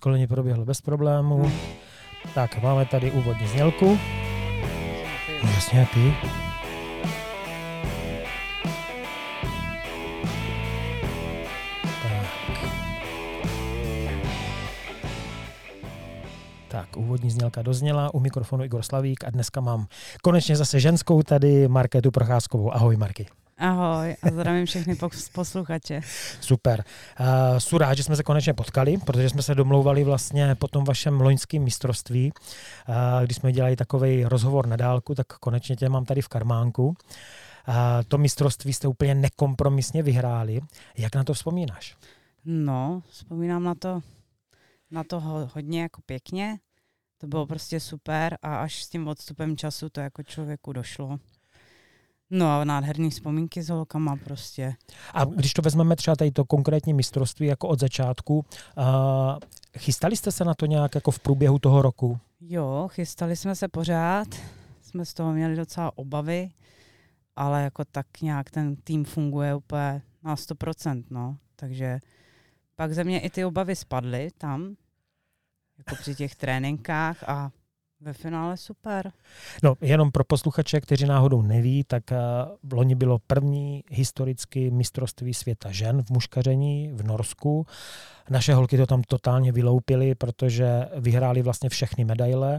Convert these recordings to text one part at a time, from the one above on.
školení proběhlo bez problémů. Tak, máme tady úvodní znělku. Jasně, ty. Tak, úvodní znělka dozněla, u mikrofonu Igor Slavík a dneska mám konečně zase ženskou tady, Markétu Procházkovou. Ahoj, Marky. Ahoj a zdravím všechny posluchače. Super. Jsem rád, že jsme se konečně potkali, protože jsme se domlouvali vlastně po tom vašem loňském mistrovství, když jsme dělali takovej rozhovor na dálku, tak konečně tě mám tady v karmánku. To mistrovství jste úplně nekompromisně vyhráli. Jak na to vzpomínáš? No, vzpomínám na to hodně jako pěkně. To bylo prostě super a až s tím odstupem času to jako člověku došlo. No a nádherný vzpomínky s holkama prostě. A když to vezmeme třeba tady to konkrétní mistrovství jako od začátku, chystali jste se na to nějak jako v průběhu toho roku? Jo, chystali jsme se pořád. Jsme z toho měli docela obavy, ale jako tak nějak ten tým funguje úplně na 100%, no. Takže pak ze mě i ty obavy spadly tam, jako při těch tréninkách a ve finále super. No, jenom pro posluchače, kteří náhodou neví, tak loni bylo první historicky mistrovství světa žen v muškaření v Norsku. Naše holky to tam totálně vyloupily, protože vyhrály vlastně všechny medaile.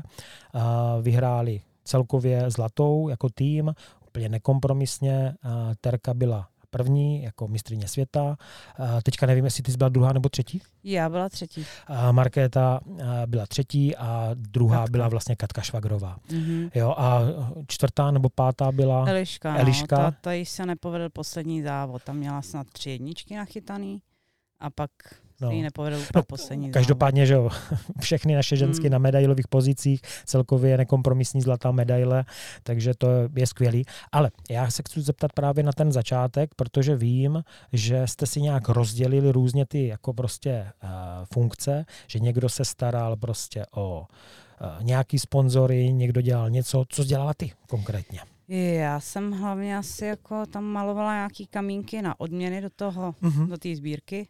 Vyhrály celkově zlatou jako tým, úplně nekompromisně. Terka byla první jako mistryně světa. Teďka nevím, jestli ty jsi byla druhá nebo třetí? Já byla třetí. Markéta byla třetí a druhá Katka. Byla vlastně Katka Švagrová. Mm-hmm. Jo, a čtvrtá nebo pátá byla Eliška. Eliška. No, ta jí se nepovedl poslední závod. Tam měla snad 3 jedničky nachytaný a pak se jí nepovedl úplně poslední závod. Každopádně, že jo, všechny naše žensky na medailových pozicích, celkově nekompromisní zlatá medaile, takže to je skvělý. Ale já se chci zeptat právě na ten začátek, protože vím, že jste si nějak rozdělili různě ty jako prostě funkce, že někdo se staral prostě o nějaký sponzory, někdo dělal něco. Co jsi dělala ty konkrétně? Já jsem hlavně asi jako tam malovala nějaký kamínky na odměny do té sbírky.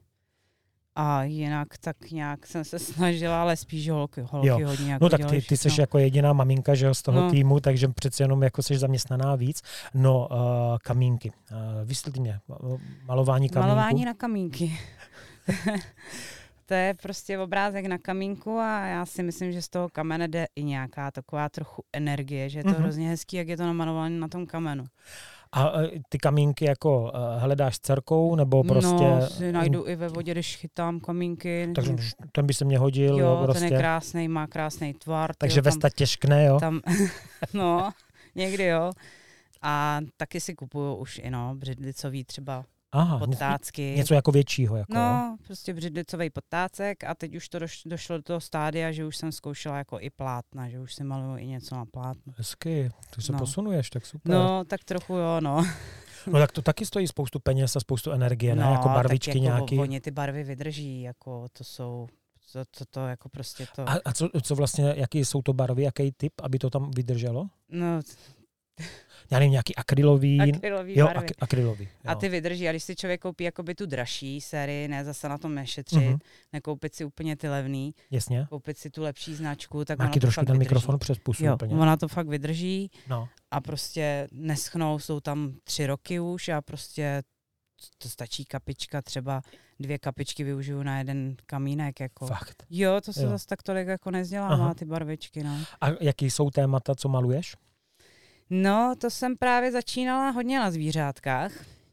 A jinak tak nějak jsem se snažila, ale spíš holky hodně jako. No tak ty jsi jako jediná maminka, že jo, z toho týmu, takže přece jenom jako jsi zaměstnaná víc. No, kamínky. Vysvětli mě, malování kamínku. Malování na kamínky. To je prostě obrázek na kamínku a já si myslím, že z toho kamene jde i nějaká taková trochu energie, že je to hrozně hezký, jak je to namalované na tom kamenu. A ty kamínky jako hledáš dcerkou, nebo prostě... No, si najdu i ve vodě, když chytám kamínky. Takže ten by se mě hodil. Jo, prostě. Ten je krásný, má krásný tvar. Takže Vesta těžkne, jo? Tam, no, někdy jo. A taky si kupuju už i břidlicový třeba podtácky. Něco jako většího. Jako, no, prostě břidlicový podtácek a teď už to došlo do toho stádia, že už jsem zkoušela jako i plátna, že už si maluju i něco na plátno. Hezky, ty se posunuješ, tak super. No, tak trochu jo, no. No tak to taky stojí spoustu peněz a spoustu energie, ne? Jako barvičky tak jako nějaký. Oni ty barvy vydrží, jako to jsou... To jako prostě to... A co vlastně, jaký jsou to barvy, jaký typ, aby to tam vydrželo? No... Já nevím, nějaký akrylový barvy. Akrylový. Jo. A ty vydrží. A když si člověk koupí jakoby tu dražší sérii, ne zase na tom nešetřit, nekoupit si úplně ty levný, jasně. Koupit si tu lepší značku, tak ona to trošku ten vydrží. Mikrofon přes pusu úplně. Ona to fakt vydrží a prostě neschnou, jsou tam 3 roky už a prostě to stačí kapička, třeba 2 kapičky využiju na jeden kamínek. Jako. Fakt? Jo, to se zase tak tolik jako nezdělává, ty barvičky. No. A jaký jsou témata, co maluješ? No, to jsem právě začínala hodně na zvířátkách,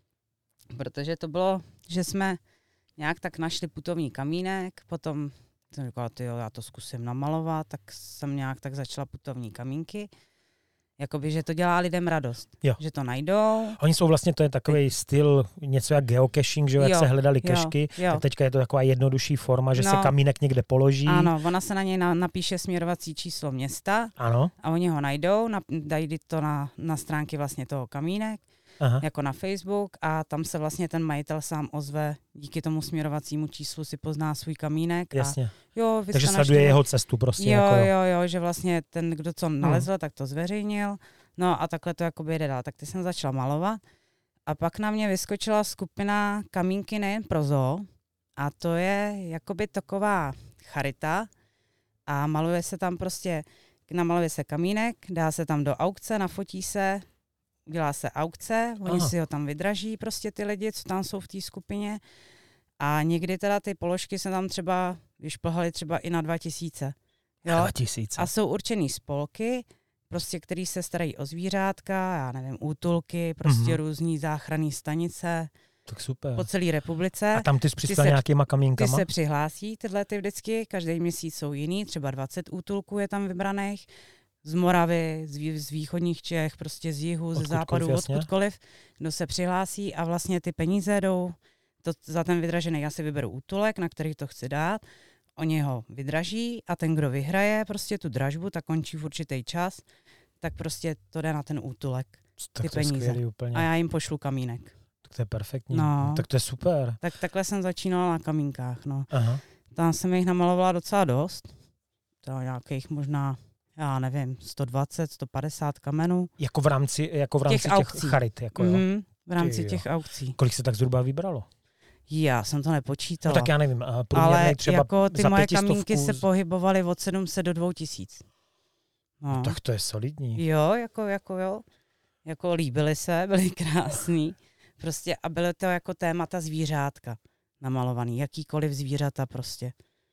protože to bylo, že jsme nějak tak našli putovní kamínek, potom jsem říkala, já to zkusím namalovat, tak jsem nějak tak začala putovní kamínky. Jakoby, že to dělá lidem radost, že to najdou. Oni jsou vlastně, to je takový styl, něco jak geocaching, že jak se hledali kešky, tak teďka je to taková jednodušší forma, že se kamínek někde položí. Ano, ona se na něj napíše směrovací číslo města a oni ho najdou, dají to na stránky vlastně toho kamínek, jako na Facebook a tam se vlastně ten majitel sám ozve, díky tomu směrovacímu číslu si pozná svůj kamínek. Jasně. A takže sleduje jeho cestu prostě. Jo, že vlastně ten, kdo co nalezl, tak to zveřejnil. No a takhle to jakoby jde dál. Tak ty jsem začala malovat a pak na mě vyskočila skupina Kamínky nejen pro zoo a to je jakoby taková charita a maluje se tam prostě, namaluje se kamínek, dá se tam do aukce, nafotí se, udělá se aukce, oni si ho tam vydraží prostě ty lidi, co tam jsou v té skupině a někdy teda ty položky se tam třeba vyšplhaly třeba i na 2000. Jo? 2000. A jsou určený spolky, prostě, který se starají o zvířátka, já nevím, útulky, prostě různý záchranné stanice. Tak super. Po celé republice. A tam ty jsi přispěl nějakýma kamínkama? Ty se přihlásí, tyhle ty vždycky, každý měsíc jsou jiný, třeba 20 útulků je tam vybraných, z Moravy, z východních Čech, prostě z jihu, ze západu, odkudkoliv, kdo se přihlásí a vlastně ty peníze jdou za ten vydražený. Já si vyberu útulek, na který to chci dát, oni ho vydraží a ten, kdo vyhraje prostě tu dražbu, tak končí v určitý čas, tak prostě to jde na ten útulek, ty peníze. A já jim pošlu kamínek. Tak to je perfektní. No. Tak to je super. Tak takhle jsem začínala na kamínkách. No. Aha. Tam jsem jich namalovala docela dost. To nějakých možná, já nevím, 120, 150 kamenů. Jako v rámci těch charit. Jako, v rámci těch aukcí. Kolik se tak zhruba vybralo? Já jsem to nepočítala. No tak já nevím. Ale třeba jako ty moje kamínky se pohybovaly od 700 do 2000. No. Tak to je solidní. Jo. Jako líbily se, byly krásný. Prostě a byly to jako témata zvířátka namalovaný, jakýkoliv zvířata prostě.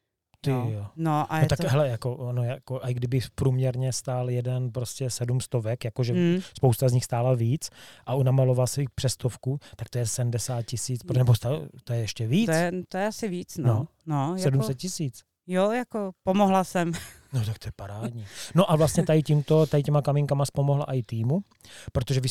Jo. No a tak hele, jako i kdyby průměrně stál jeden prostě 700, jakože spousta z nich stála víc a namaloval si přes 100, tak to je 70 000, nebo to je ještě víc. To je asi víc, no 700 000. Jo, jako pomohla jsem. No tak to je parádní. No a vlastně tady těma kamínkama pomohla i týmu, protože vy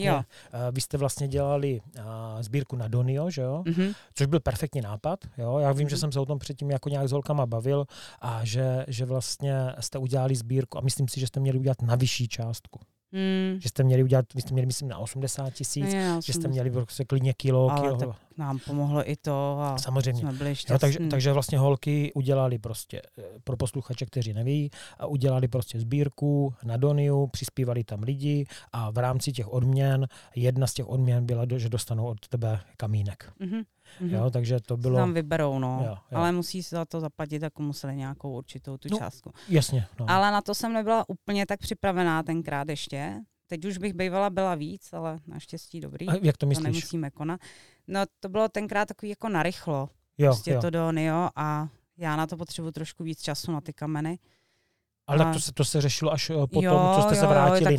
jste vlastně dělali sbírku na Donio, že jo? Což byl perfektní nápad, jo? Já vím, že jsem se o tom předtím jako nějak s holkama bavil a že vlastně jste udělali sbírku a myslím si, že jste měli udělat na vyšší částku. Že jste měli udělat, vy jste měli myslím na 80 000, že jste měli prostě klidně kilo. Ale tak nám pomohlo i to a samozřejmě. Jsme byli šťastní. Takže vlastně holky udělali prostě, pro posluchače, kteří neví, a udělali prostě sbírku na Doniu, přispívali tam lidi a v rámci těch odměn, jedna z těch odměn byla, že dostanou od tebe kamínek. Jo, takže to bylo... Tam vyberou, jo. Ale musí se za to zaplatit, jako museli nějakou určitou tu částku. Jasně. Ale na to jsem nebyla úplně tak připravená tenkrát ještě. Teď už bych byla víc, ale naštěstí dobrý. A jak to myslíš? To nemusíme konat. No to bylo tenkrát takový jako narychlo. To Donio a já na to potřebuji trošku víc času na ty kameny. Ale tak to se řešilo až potom, co jste se vrátili, tak ne?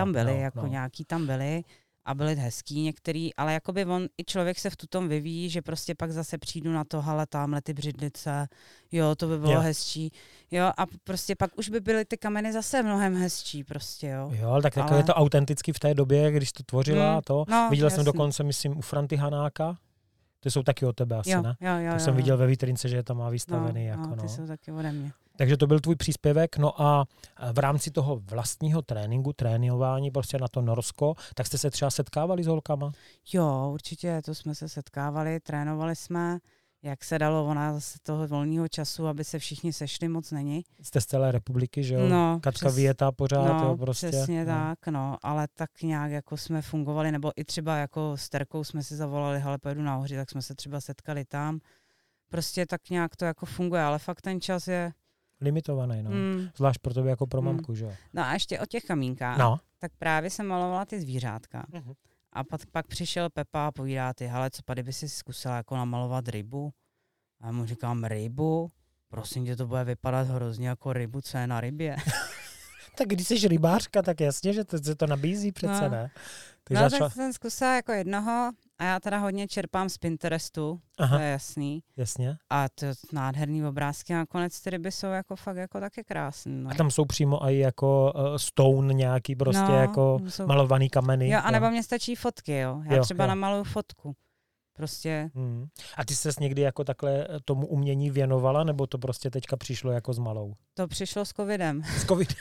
Nějaký tam byli. A byly hezký některý, ale jakoby i člověk se v tom vyvíjí, že prostě pak zase přijdu na to, hele, tamhle ty břidlice, jo, to by bylo hezčí, jo, a prostě pak už by byly ty kameny zase mnohem hezčí prostě, jo. Jo, ale tak jako je to autenticky v té době, když to tvořila viděl jsem jasný. dokonce, myslím, u Franty Hanáka, to jsou taky od tebe asi, ne? Jo, to jsem viděl ve vitrince, že je tam má vystavený. Ty jsou taky ode mě. Takže to byl tvůj příspěvek, no a v rámci toho vlastního trénování prostě na to Norsko, tak jste se třeba setkávali s holkama? Jo, určitě, to jsme se setkávali, trénovali jsme, jak se dalo, ona zase toho volného času, aby se všichni sešli, moc není. Jste z celé republiky, že jo? No, Katka Vieta pořád, jo, prostě. Přesně tak, ale tak nějak jako jsme fungovali, nebo i třeba jako s Terkou jsme si zavolali, hele, pojedu na Ohři, tak jsme se třeba setkali tam. Prostě tak nějak to jako funguje, ale fakt ten čas je limitovaný, zvlášť pro tebe jako pro mamku, že jo. No a ještě o těch kamínkách, tak právě jsem malovala ty zvířátka. A pak přišel Pepa a povídá ty, hele, co kdyby si zkusila jako namalovat rybu? A já mu říkám, rybu? Prosím tě, to bude vypadat hrozně jako rybu, co je na rybě. Tak když jsi rybářka, tak jasně, že to nabízí přece, ne? Tak jsem zkusila jako jednoho a já teda hodně čerpám z Pinterestu, to je jasný. Jasně. A to nádherný obrázky a nakonec ty ryby jsou jako fakt jako taky krásný. No. A tam jsou přímo i jako stone nějaký prostě jako malovaný kameny. Jo, anebo mně stačí fotky, jo. Já třeba namaluju fotku. Prostě. A ty ses někdy jako takhle tomu umění věnovala, nebo to prostě teďka přišlo jako s malou? To přišlo s covidem. S covidem.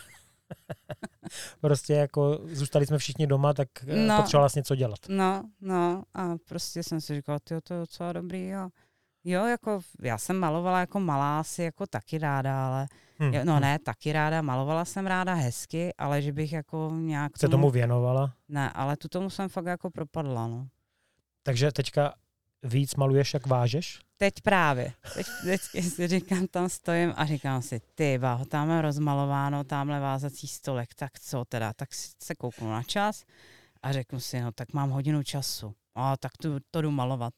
Prostě jako zůstali jsme všichni doma, tak potřebovala vlastně něco dělat. No a prostě jsem si říkala, to je docela dobrý, jo. Jo, jako já jsem malovala jako malá asi jako taky ráda, ale taky ráda, malovala jsem ráda hezky, ale že bych jako nějak se tomu věnovala? Ne, ale tomu jsem fakt jako propadla, no. Takže teďka víc maluješ, jak vážeš? teď právě. Vždycky si říkám, tam stojím a říkám si, ty báho, tamhle rozmalováno, tamhle vázací stolek, tak co teda? Tak se kouknu na čas a řeknu si, no tak mám hodinu času. Tak to jdu malovat.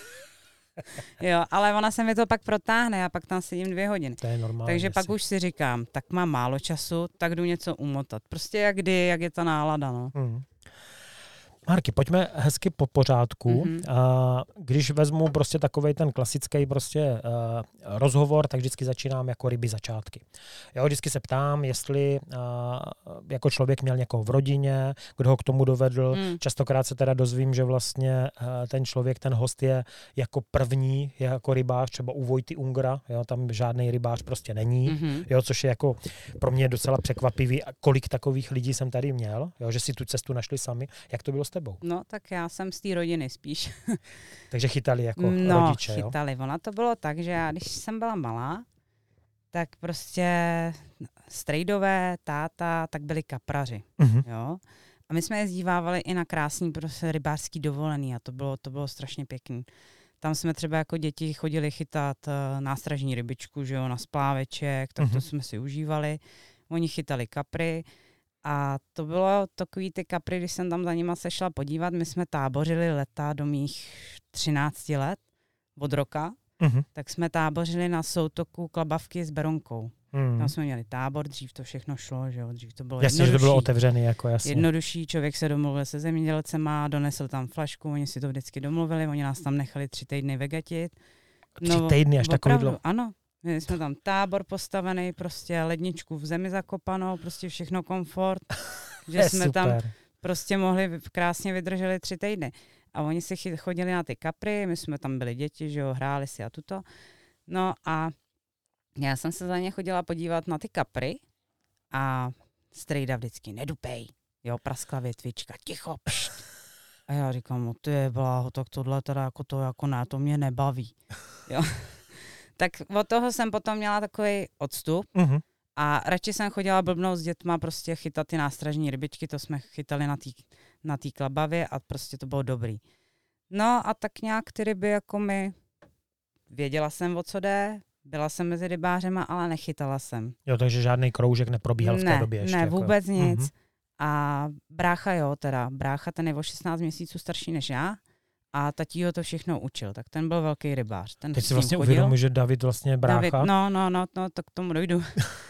Jo, ale ona se mi to pak protáhne a pak tam sedím 2 hodiny. To je normální. Takže pak už si říkám, tak mám málo času, tak jdu něco umotat. Prostě jak je ta nálada, no. Marky, pojďme hezky po pořádku. Když vezmu prostě takovej ten klasický prostě rozhovor, tak vždycky začínám jako ryby začátky. Jo, vždycky se ptám, jestli jako člověk měl někoho v rodině, kdo ho k tomu dovedl. Častokrát se teda dozvím, že vlastně ten člověk, ten host je jako první, je jako rybář, třeba u Vojty Ungra, jo, tam žádný rybář prostě není, jo, což je jako pro mě docela překvapivý, kolik takových lidí jsem tady měl, jo, že si tu cestu našli sami. Jak to bylo s tebou? No, tak já jsem z té rodiny spíš. Takže chytali jako rodiče, jo? Chytali. Ona to bylo tak, že já, když jsem byla malá, tak prostě strejdové, táta, tak byli kapraři, jo. A my jsme je zdívávali i na krásný prostě rybářský dovolený a to bylo strašně pěkný. Tam jsme třeba jako děti chodili chytat nástražní rybičku, že jo, na spláveček, tak to jsme si užívali. Oni chytali kapry. A to bylo takový ty kapry, když jsem tam za nima se šla podívat, my jsme tábořili leta do mých 13 let od roka, tak jsme tábořili na soutoku Klabavky s Berounkou. Tam jsme měli tábor, dřív to všechno šlo, že jo, dřív to bylo jasně, jednodušší. Že to bylo otevřený, jako jasně. Jednodušší, člověk se domluvil se zemědělcema, donesl tam flašku, oni si to vždycky domluvili, oni nás tam nechali 3 týdny vegetit. 3 týdny, až takový dlouho? Ano. Měli jsme tam tábor postavený, prostě ledničku v zemi zakopanou, prostě všechno komfort, že jsme super. tam prostě mohli krásně vydrželi 3 týdny. A oni si chodili na ty kapry, my jsme tam byli děti, že jo, hráli si a tuto. No a já jsem se za ně chodila podívat na ty kapry a strejda vždycky, nedupej, jo, praskla větvička, ticho, pšt. A já říkám, no ty bláho, tak tohle teda jako to jako ne, to mě nebaví, jo. Tak od toho jsem potom měla takový odstup a radši jsem chodila blbnout s dětma prostě chytat ty nástražní rybičky, to jsme chytali na té Klabavě a prostě to bylo dobrý. No a tak nějak ty ryby jako věděla jsem, o co jde, byla jsem mezi rybářema, ale nechytala jsem. Jo, takže žádný kroužek neprobíhal v té době ještě. Ne, jako vůbec nic. A brácha ten je o 16 měsíců starší než já. A tatího to všechno učil, tak ten byl velký rybář. Ten teď si vlastně uvědomuji, že David vlastně brácha. David, no, to k tomu dojdu.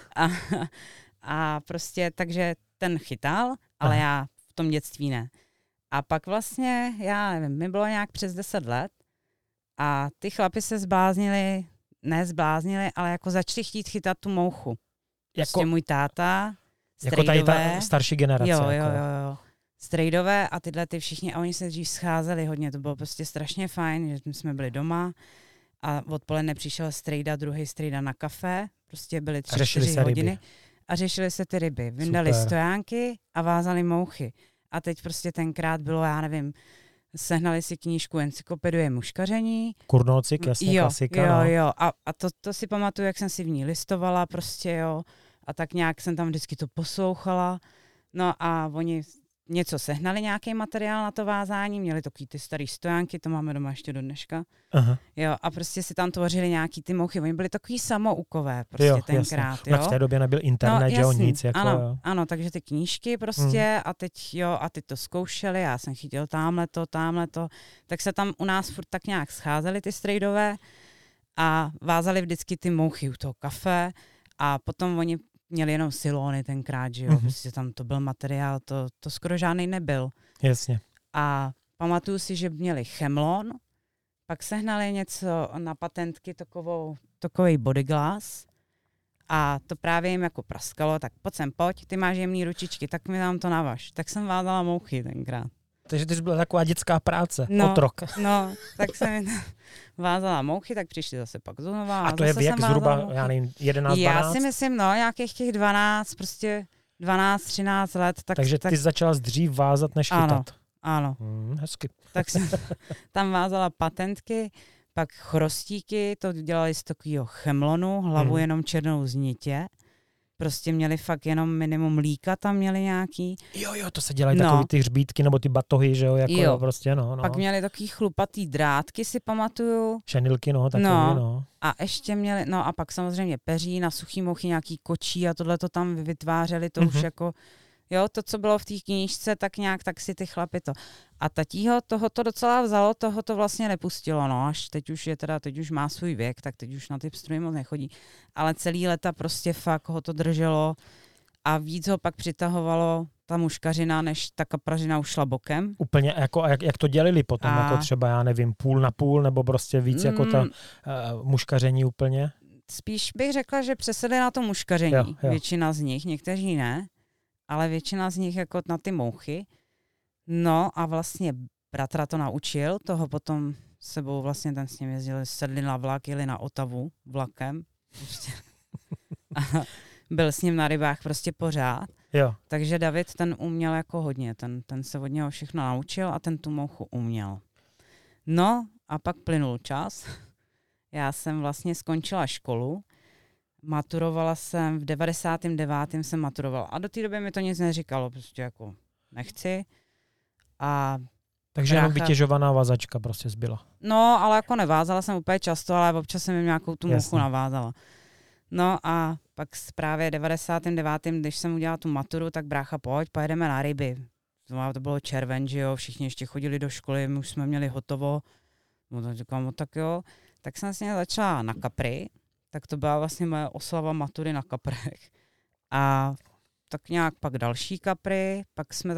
a prostě, takže ten chytal, ale já v tom dětství ne. A pak vlastně, já nevím, mi bylo nějak přes 10 let a ty chlapi se zbláznili, ale jako začali chtít chytat tu mouchu. Prostě můj táta, jako tady ta starší generace. Jo. Strejdové a tyhle ty všichni, a oni se dřív scházeli hodně, to bylo prostě strašně fajn, že jsme byli doma a odpoledne přišel strejda, druhý strejda na kafe, prostě byly 3-4 hodiny a řešili se ty ryby. Vyndali stojánky a vázali mouchy. A teď prostě tenkrát bylo, já nevím, sehnali si knížku Encyklopedie muškaření. Kurnocik, jasně, klasika. Jo. A to si pamatuju, jak jsem si v ní listovala prostě, jo. A tak nějak jsem tam vždycky to poslouchala. No a oni něco sehnali, nějaký materiál na to vázání, měli takový ty starý stojánky, to máme doma ještě do dneška. Jo, a prostě si tam tvořili nějaký ty mouchy. Oni byli takový samoukové prostě tenkrát. Jo. V té době nebyl internet, že jo, nic. Jako, ano, takže ty knížky prostě a teď to zkoušeli, já jsem chytil tamhleto, tak se tam u nás furt tak nějak scházeli ty strejdové a vázali vždycky ty mouchy u toho kafe a potom oni měli jenom silony tenkrát, že jo, prostě tam to byl materiál, to skoro žádný nebyl. Jasně. A pamatuju si, že měli chemlon, pak sehnali něco na patentky, takovej bodyglass a to právě jim jako praskalo, tak pojď, ty máš jemný ručičky, tak mi tam to navaž. Tak jsem vázala mouchy tenkrát. Takže to byla taková dětská práce, otrok. No, tak jsem vázala mouchy, tak přišli zase pak znova. A to je věk zhruba, já nevím, 11, 12? Já si myslím, nějakých těch 12, prostě 12, 13 let. Takže ty začala dřív vázat, než chytat. Ano. Hezky. Tak jsem tam vázala patentky, pak chrostíky, to dělali z takového chemlonu, hlavu jenom černou z nitě. prostě měli fakt jenom minimum mlíka, tam měli nějaký. Jo, to se dělají takový ty hřbítky nebo ty batohy, že jo, jako jo. Prostě, no. Pak měli takový chlupatý drátky, si pamatuju. Šenilky, takový, no. A ještě měli, a pak samozřejmě peří na suchý mouchy, nějaký kočí a tohle to tam vytvářeli, to už jako, jo, to, co bylo v té knížce, tak nějak, tak si ty chlapi to. A tatího tohoto docela vzalo, tohoto vlastně nepustilo, no, až teď už má svůj věk, tak teď už na ty pstruhy moc nechodí. Ale celý léta prostě fakt ho to drželo a víc ho pak přitahovalo ta muškařina, než ta kapražina už šla bokem. Úplně, jako, jak to dělili potom, jako třeba, já nevím, půl na půl, nebo prostě víc jako ta muškaření úplně? Spíš bych řekla, že přesedli na to muškaření, jo. Většina z nich, někteří ne, ale většina z nich jako na ty mouchy. No a vlastně bratra to naučil, toho potom sebou vlastně ten s ním jezdili, sedli na vlak, jeli na Otavu vlakem. Prostě. A byl s ním na rybách prostě pořád. Jo. Takže David ten uměl jako hodně, ten se od něho všechno naučil a ten tu mouchu uměl. No a pak plynul čas. Já jsem vlastně skončila školu, maturovala jsem, v 99. jsem maturovala a do té doby mi to nic neříkalo, prostě jako nechci. Takže jenom vytěžovaná vazačka prostě zbyla. No, ale jako nevázala jsem úplně často, ale občas jsem jim nějakou tu mouchu navázala. No a pak právě 99. když jsem udělala tu maturu, tak brácha, pojď, pojedeme na ryby. To bylo červen, že jo, všichni ještě chodili do školy, my už jsme měli hotovo. No tak říkám, tak jo. Tak jsem vlastně začala na kapry, tak to byla vlastně moje oslava matury na kaprech. A tak nějak pak další kapry, pak jsme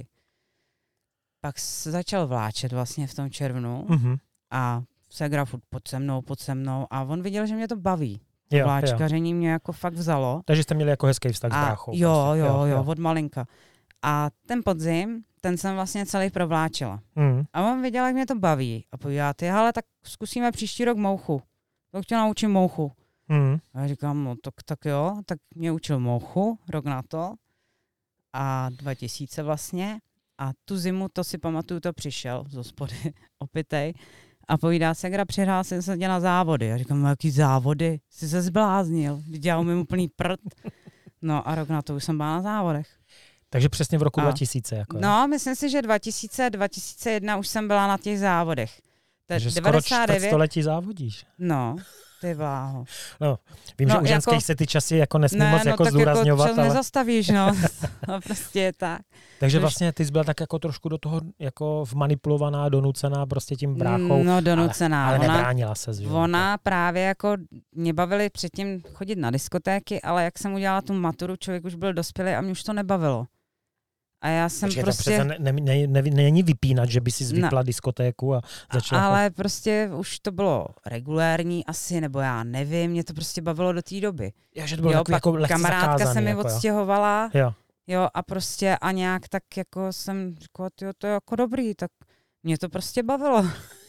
začal vláčet vlastně v tom červnu a ségra furt pod se mnou a on viděl, že mě to baví. Vláčkaření mě jako fakt vzalo. Takže jste měli jako hezký vztah s bráchou. Jo, od malinka. A ten podzim, ten jsem vlastně celý provláčela. A on viděl, jak mě to baví. A povídá, ale tak zkusíme příští rok mouchu. Tak tě naučím mouchu. A já říkám, no tak jo, tak mě učil mouchu, rok na to. A 2000 vlastně. A tu zimu, to si pamatuju, to přišel z hospody opitej. A povídá se, kdo přihlásil se tě na závody. Já říkám, jaký závody? Jsi se zbláznil. Vždyť já umím úplný prd. No a rok na to už jsem byla na závodech. Takže přesně v roku 2000. Jako no, myslím si, že 2001 už jsem byla na těch závodech. Takže 99... skoro čtvrtstoletí závodíš. No, ty bláho. No, vím, že u ženských jako... se ty časy jako nesmí moc jako zdůrazňovat. Jako čas nezastavíš, no. No prostě je tak. Takže vlastně ty jsi byla tak jako trošku do toho jako vmanipulovaná, donucená prostě tím bráchou. No donucená. Ale nebránila se. Ona právě jako mě bavili předtím chodit na diskotéky, ale jak jsem udělala tu maturu, člověk už byl dospělý a mě už to nebavilo. A já jsem prostě... Není vypínat, že by si vypla diskotéku a začala... Ale prostě už to bylo regulérní asi, nebo já nevím, mě to prostě bavilo do té doby. Že to bylo takový jako lehce kamarádka zakázaný, se mi jako, odstěhovala. Jo, a prostě a nějak tak jako jsem říkala, to je jako dobrý, tak mě to prostě bavilo.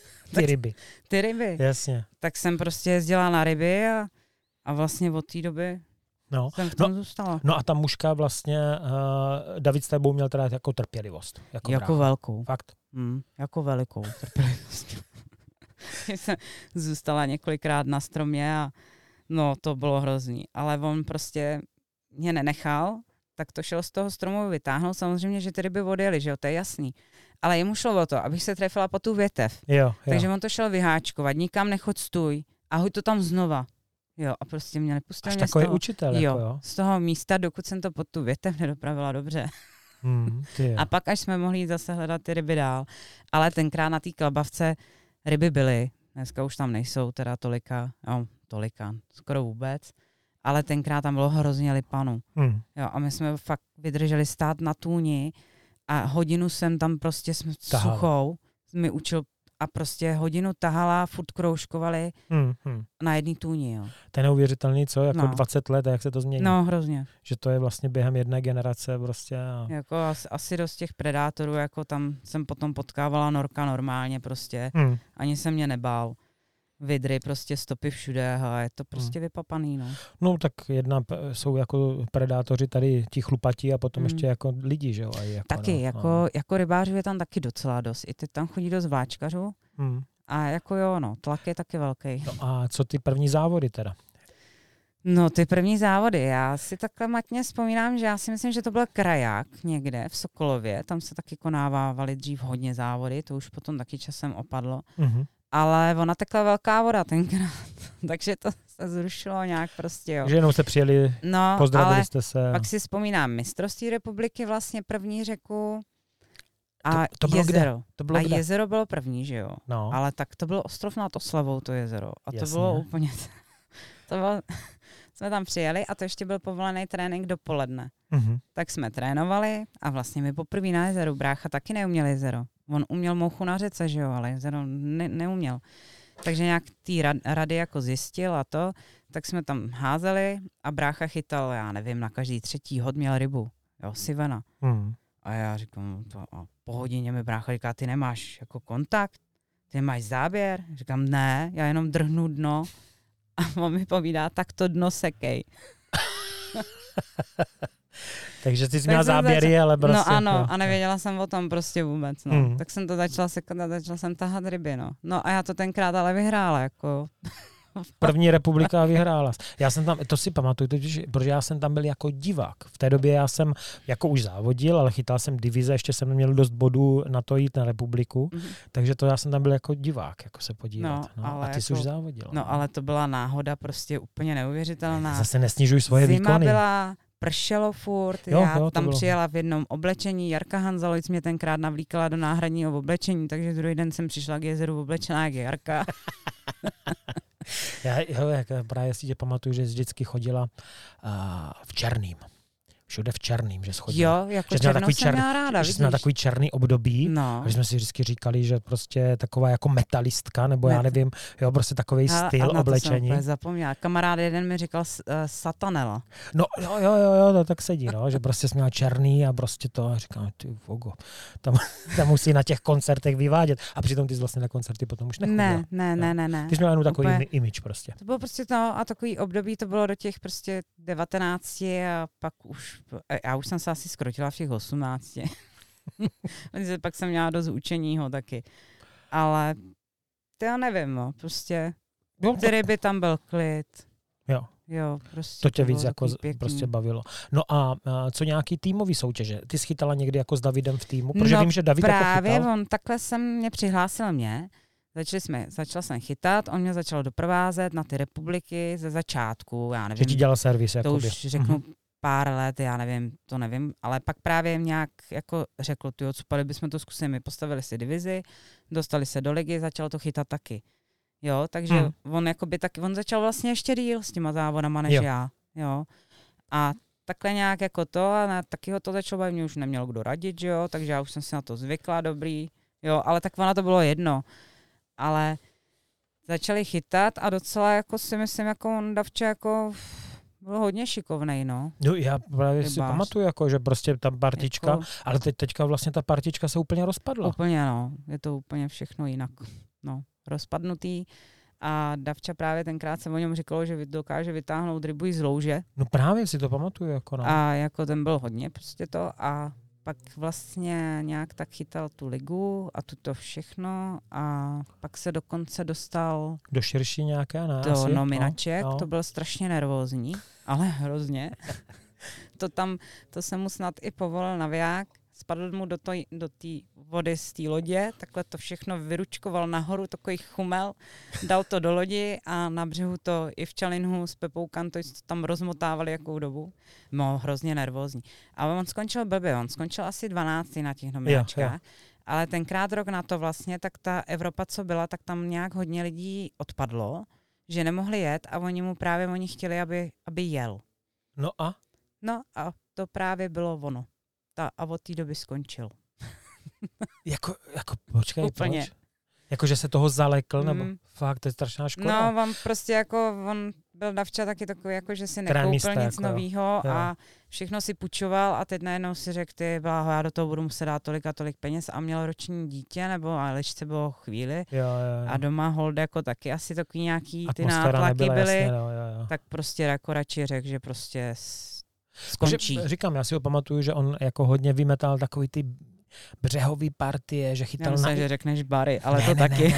Ty ryby. Jasně. Tak jsem prostě jezdila na ryby a vlastně od té doby... No, jsem v tom zůstala. No a ta mužka vlastně, David s tebou měl teda jako trpělivost. Jako velkou. Fakt? Jako velikou trpělivost. Jsem zůstala několikrát na stromě a no to bylo hrozný. Ale on prostě mě nenechal, tak to šel z toho stromu vytáhnout. Samozřejmě, že ty ryby odjeli, že jo, to je jasný. Ale jemu šlo o to, abych se trefila po tu větev. Jo. Takže on to šel vyháčkovat, nikam nechoď, stůj a hoď to tam znova. Jo, a prostě mě nepustil. Až takový učitel. Jo, z toho místa, dokud jsem to pod tu větev nedopravila dobře. A pak, až jsme mohli jít zase hledat ty ryby dál. Ale tenkrát na té klabavce ryby byly. Dneska už tam nejsou teda tolika, skoro vůbec. Ale tenkrát tam bylo hrozně lipanů. Jo, a my jsme fakt vydrželi stát na tůni a hodinu jsem tam prostě suchou mi učil a prostě hodinu tahala, furt kroužkovali na jedný tůni. Jo. To je neuvěřitelný, co? Jako 20 let a jak se to změní? No, hrozně. Že to je vlastně během jedné generace prostě. Jako asi dost těch predátorů, jako tam jsem potom potkávala norka normálně prostě. Ani se mě nebál. Vidry, prostě stopy všude a je to prostě vypapaný, no. No tak jsou jako predátoři tady ti chlupatí a potom ještě jako lidi, že jo? Taky, jako rybářů je tam taky docela dost. I teď tam chodí dost vláčkařů a jako tlak je taky velký. No a co ty první závody teda? No ty první závody, já si takhle matně vzpomínám, že já si myslím, že to byl kraják někde v Sokolově, tam se taky konávávaly dřív hodně závody, to už potom taky časem opadlo, ale ona tekla velká voda tenkrát, takže to se zrušilo nějak prostě, jo. Že jenom jste přijeli, pozdravili jste se. Pak si vzpomínám mistrovství republiky vlastně první řeku a to bylo jezero. Kde? To bylo a kde? Jezero bylo první, že jo, no. Ale tak to byl ostrov nad Oslavou, to jezero a Jasně. to bylo úplně, to bylo... Jsme tam přijeli a to ještě byl povolený trénink dopoledne. Tak jsme trénovali a vlastně my poprvé na jezeru, brácha taky neuměl jezero. On uměl mouchu na řece, že jo, ale jezero neuměl. Takže nějak ty rady jako zjistil a to, tak jsme tam házeli a brácha chytal, já nevím, na každý třetí hod měl rybu, jo, sivena. A já říkám, po hodině mi brácha říká, ty nemáš jako kontakt, ty máš záběr? Říkám, ne, já jenom drhnu dno. A on mi povídá, tak to dno sekej. Takže ty jsi měla záběry, ale prostě... No ano, a nevěděla jsem o tom prostě vůbec, no. Tak jsem to začala sekat a začala jsem tahat ryby, no. No a já to tenkrát ale vyhrála, jako... První republika vyhrála. Já jsem tam, to si pamatuju, protože já jsem tam byl jako divák. V té době já jsem jako už závodil, ale chytal jsem divize, ještě jsem neměl dost bodů na to jít na republiku, takže to já jsem tam byl jako divák, jako se podívat. No, a ty jako, jsi už závodil. No ale to byla náhoda prostě úplně neuvěřitelná. Zase nesnižuj svoje výkony. Zima byla, pršelo furt, já tam bylo. přijela v jednom oblečení, Jarka Hanzalovic mě tenkrát navlíkala do náhradního oblečení, takže druhý den jsem přišla k jezeru oblečená jak Jarka. Já právě si tě pamatuju, že jsi vždycky chodila v černým. Všude v černým, že schodila. Jo, jako černou jsem měla ráda, že jsi měla takový černý období, a že jsme si vždycky říkali, že prostě taková jako metalistka, nebo já nevím, jo, prostě takový styl oblečení. Jsem zapomněla. Kamarád jeden mi říkal satanela. No jo, to tak sedí, no, že prostě jsi měla černý a prostě to, a říkám, ty vogo, tam musí na těch koncertech vyvádět. A přitom ty jsi vlastně na koncerty potom už nechodila. Ne. Ty jsi měla jenom takový image prostě. To bylo prostě to a takový období, to bylo do těch prostě 19 a pak už já už jsem se asi skrotila v těch 18. Pak jsem měla dost učeního taky. Ale to já nevím, no, prostě ty ryby tam byl klid. Jo, prostě to tě víc jako prostě bavilo. No a co nějaký týmový soutěže? Ty jsi chytala někdy jako s Davidem v týmu? Protože vím, že David právě jako chytal. On takhle mě přihlásil začala jsem chytat, on mě začal doprovázet na ty republiky ze začátku, já nevím. Že ti dělal servis, to jakoby. už řeknu pár let, já nevím, to nevím, ale pak právě nějak jako řekl, cupali bychom to zkusili, my postavili si divizi, dostali se do ligy, začal to chytat taky. Jo, takže on začal vlastně ještě díl s těma závodama než já. Jo. A takhle nějak jako to, a taky ho to začalo bavit, mě už neměl kdo radit, jo, takže já už jsem si na to zvykla, dobrý, jo, ale tak ona to bylo jedno. Ale začali chytat a docela jako si myslím, jako on Davče jako byl hodně šikovnej, no. No, já právě si pamatuju, jako, že prostě ta partička, jako, ale teďka vlastně ta partička se úplně rozpadla. Úplně, no. Je to úplně všechno jinak. No, rozpadnutý. A Davča právě tenkrát se o něm říkalo, že dokáže vytáhnout rybu i z louže. No právě si to pamatuju, jako no. A jako ten byl hodně prostě to a pak vlastně nějak tak chytal tu ligu a tuto všechno a pak se dokonce dostal do širší nějaké, ne? Do nominaček, to byl strašně nervózní, ale hrozně. To jsem mu snad i povolil naviják, spadl mu do té vody z té lodě, takhle to všechno vyručkoval nahoru, takový chumel, dal to do lodi a na břehu to i v Čalinhu s Pepou Kantoj tam rozmotávali jakou dobu. No, hrozně nervózní. Ale on skončil blbě, on skončil asi 12. na těch nominačkách, ale tenkrát rok na to vlastně, tak ta Evropa, co byla, tak tam nějak hodně lidí odpadlo, že nemohli jet a oni chtěli, aby jel. No a to právě bylo ono. A od té doby skončil. jako počkej, úplně. Proč? Jako, že se toho zalekl, nebo fakt, to je strašná škoda. No, on prostě jako, on byl Davča taky takový, jako, že si nekoupil nic jako, novýho a všechno si půjčoval a teď najednou si řekl, ty bláho, já do toho budu muset dát tolik a tolik peněz a měl roční dítě, nebo Alešce bylo chvíli a doma hold jako taky asi takový nějaký ty nátlaky byly, jasně, tak prostě jako radši řekl, že prostě skončí. Říkám, já si ho pamatuju, že on jako hodně vymetal takový ty břehový partie, že chytal že řekneš bary, ale to taky.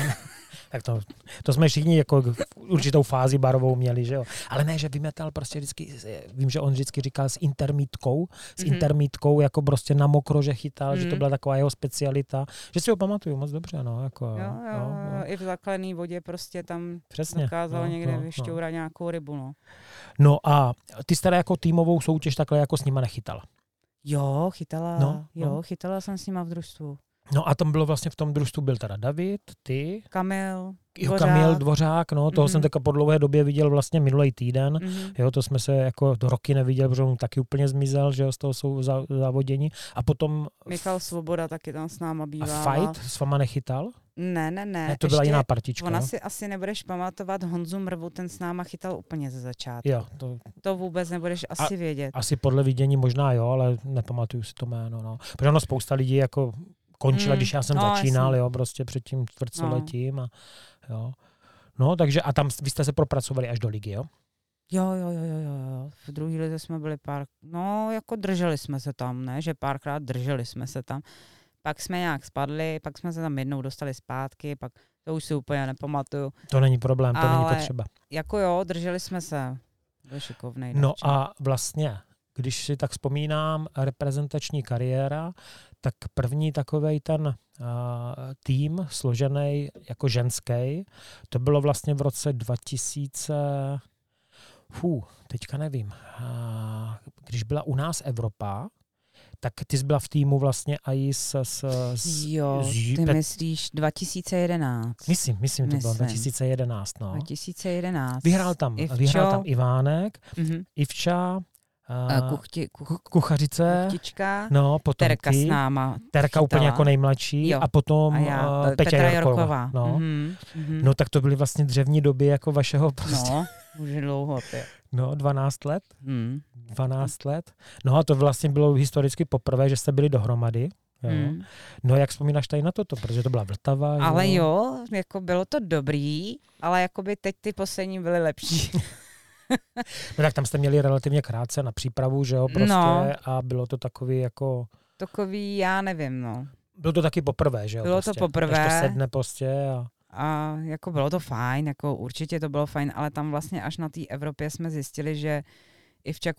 Tak to jsme všichni jako určitou fázi barovou měli, že jo. Ale ne, že vymetal prostě vždycky, vím, že on vždycky říkal s intermítkou jako prostě na mokro, že chytal, že to byla taková jeho specialita, že si ho pamatuju moc dobře, no. Jako, jo. I v zakalené vodě prostě tam přesně, dokázal někde vyšťourat nějakou rybu, no. No a ty jste jako týmovou soutěž takhle jako s nima nechytala? Jo, chytala jsem s nima v družstvu. No a tam bylo vlastně v tom družstvu byl teda David, ty. Kamil Dvořák, no, toho jsem tak po dlouhé době viděl vlastně minulý týden, jo, to jsme se jako do roky neviděl, protože on taky úplně zmizel, že jo, z toho jsou závodění. A potom... Michal Svoboda taky tam s náma býval. A Fight s váma nechytal? Ne. To byla jiná partička. Ona si asi nebudeš pamatovat Honzu Mrvu, ten s náma chytal úplně ze začátku. Jo, to vůbec nebudeš asi vědět. Asi podle vidění možná jo, ale nepamatuju si to jméno, no. Protože ono spousta lidí jako končila, když já jsem začínal, jo, prostě před tím čtvrtstoletím a jo. No, takže a tam vy jste se propracovali až do ligy, jo? Jo. V druhé lize jsme byli jako drželi jsme se tam, ne, že párkrát drželi jsme se tam. Pak jsme nějak spadli, pak jsme se tam jednou dostali zpátky, pak to už si úplně nepamatuju. To není problém, to není potřeba. Jako jo, drželi jsme se. Byl šikovnej. No a vlastně, když si tak vzpomínám, reprezentační kariéra, tak první takovej ten tým složený jako ženský, to bylo vlastně v roce 2000, teďka nevím, když byla u nás Evropa, tak ty jsi byla v týmu vlastně i ty myslíš 2011. Myslím, to bylo 2011. No. 2011. Vyhrál tam Ivánek, Ivča, Kuchařice, Kuchtička, no, potom Terka s náma. Terka úplně jako nejmladší, jo. A potom Petra Jorková. No. No tak to byly vlastně dřevní doby jako vašeho prostě. No, už dlouho. No, 12 let. 12 let. No a to vlastně bylo historicky poprvé, že jste byli dohromady. Jo. No jak vzpomínáš tady na toto, protože to byla Vltava. Ale jo, jako bylo to dobrý, ale jakoby teď ty poslední byly lepší. No tak tam jste měli relativně krátce na přípravu, že jo, prostě, a bylo to takový jako... Takový, já nevím, no. Bylo to taky poprvé, že jo? Bylo prostě. To poprvé. Až to sedne prostě a jako bylo to fajn, jako určitě to bylo fajn, ale tam vlastně až na té Evropě jsme zjistili, že Ivča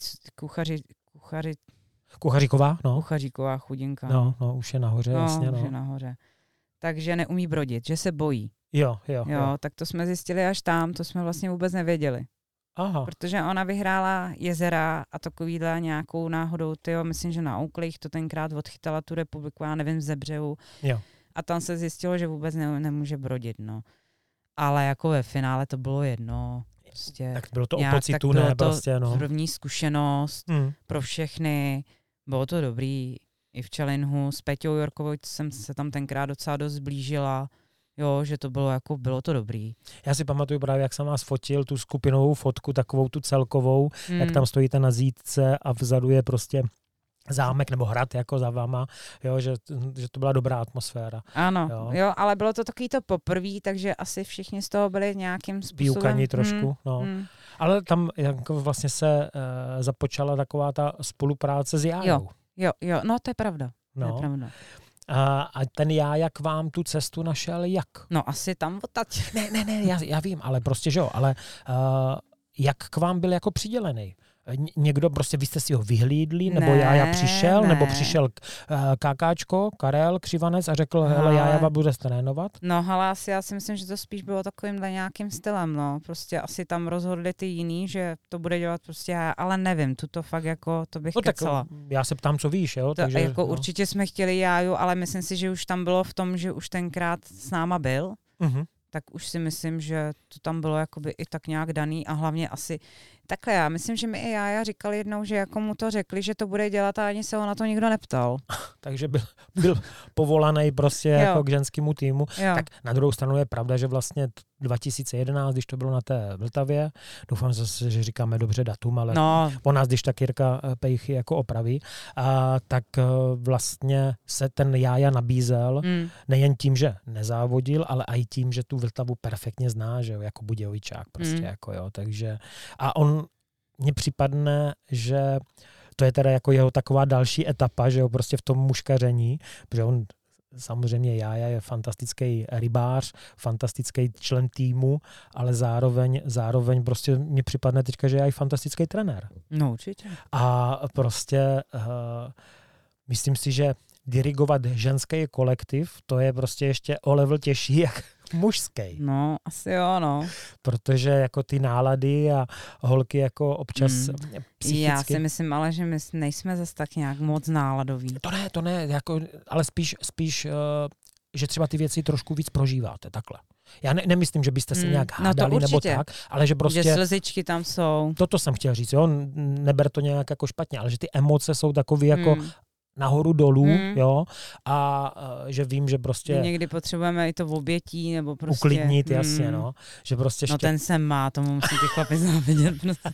Kuchaříková, no. Kuchaříková chudinka. No, už je nahoře, jasně, no. Už je nahoře. Takže neumí brodit, že se bojí. Jo. Tak to jsme zjistili až tam, to jsme vlastně vůbec nevěděli. Aha. Protože ona vyhrála jezera a takovýhle nějakou náhodou, myslím, že na Ouklích to tenkrát odchytala tu republiku, já nevím, ze břehu. Jo. A tam se zjistilo, že vůbec nemůže brodit, no. Ale jako ve finále to bylo jedno. Prostě tak bylo to o pocitu, ne? Prostě, no. První zkušenost pro všechny. Bylo to dobrý. I v Čelinhu s Peťou Jorkovou jsem se tam tenkrát docela dost zblížila. Jo, že to bylo to dobrý. Já si pamatuju právě, jak jsem vás fotil, tu skupinovou fotku, takovou tu celkovou, jak tam stojíte na zítce a vzadu je prostě zámek nebo hrad jako za váma, jo, že to byla dobrá atmosféra. Ano, jo, ale bylo to takový to poprvé, takže asi všichni z toho byli nějakým způsobem. Vyukaní trošku, no. Ale tam jako vlastně se započala taková ta spolupráce s Jájou. Jo, no to je pravda. No. To je pravda. A ten Jája k vám tu cestu našel jak? No asi tam odtať. Ne, já vím, ale prostě, že jo, ale jak k vám byl jako přidělený? Někdo, prostě vy jste si ho vyhlídli, nebo Jája přišel, nebo přišel Kákáčko, Karel Křivanec a řekl, hele, Jája vás bude trénovat? No, hele, já si myslím, že to spíš bylo takovýmhle nějakým stylem, no. Prostě asi tam rozhodli ty jiný, že to bude dělat prostě Jája, ale nevím, tuto fakt jako, to bych kecala. Já se ptám, co víš, jo? Takže, jako určitě jsme chtěli Jáju, ale myslím si, že už tam bylo v tom, že už tenkrát s náma byl. Tak už si myslím, že to tam bylo jakoby i tak nějak daný a hlavně asi takhle. Já myslím, že mi i Jája říkal jednou, že jako mu to řekli, že to bude dělat a ani se ho na to nikdo neptal. Takže byl povolaný prostě jako k ženskému týmu. Jo. Tak na druhou stranu je pravda, že vlastně 2011, když to bylo na té Vltavě, doufám zase, že říkáme dobře datum, ale po nás, když tak Jirka Pejchy jako opraví, tak vlastně se ten Jája nabízel nejen tím, že nezávodil, ale i tím, že tu Vltavu perfektně zná, že jo, jako Budějovičák prostě jako jo, takže a on mně připadne, že to je teda jako jeho taková další etapa, že jo, prostě v tom muškaření, protože on samozřejmě Jája je fantastický rybář, fantastický člen týmu, ale zároveň prostě mně připadne teďka, že je i fantastický trenér. No určitě. A prostě myslím si, že dirigovat ženský kolektiv, to je prostě ještě o level těžší jak mužský. No, asi jo, no. Protože jako ty nálady a holky jako občas psychicky... Já si myslím ale, že my nejsme zase tak nějak moc náladoví. To ne, jako, ale spíš že třeba ty věci trošku víc prožíváte, takhle. Já nemyslím, že byste se nějak hádali nebo tak, ale že prostě... Že slzičky tam jsou. Toto jsem chtěl říct, jo, neber to nějak jako špatně, ale že ty emoce jsou takový jako nahoru dolů, jo, a že vím, že prostě... Někdy potřebujeme i to v obětí, nebo prostě... Uklidnit, jasně, no. Že prostě no ten sem má, tomu musí ty chlapi závidět.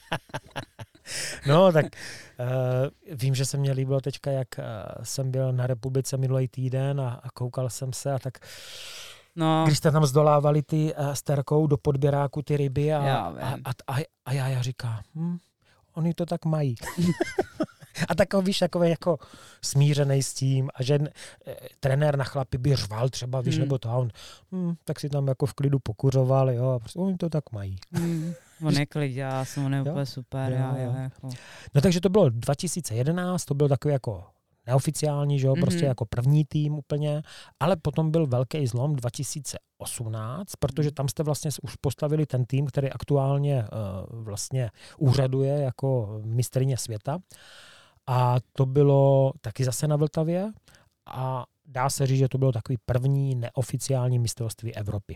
No, tak vím, že se mně líbilo teďka, jak jsem byl na Republice minulý týden a koukal jsem se a tak... No. Když jste tam zdolávali ty s Terkou do podběráku ty ryby a já říkám, oni to tak mají. A takový, víš, takový jako smířený s tím a že trenér na chlapi by řval třeba, víš, nebo to a on, tak si tam jako v klidu pokuřoval, jo, a prostě oni to tak mají. On je kliďás, on je úplně super. Jo. Jako. No takže to bylo 2011, to byl takový jako neoficiální, že jo, prostě jako první tým úplně, ale potom byl velký zlom 2018, protože tam jste vlastně už postavili ten tým, který aktuálně vlastně úřaduje jako mistryně světa. A to bylo taky zase na Vltavě a dá se říct, že to bylo takový první neoficiální mistrovství Evropy.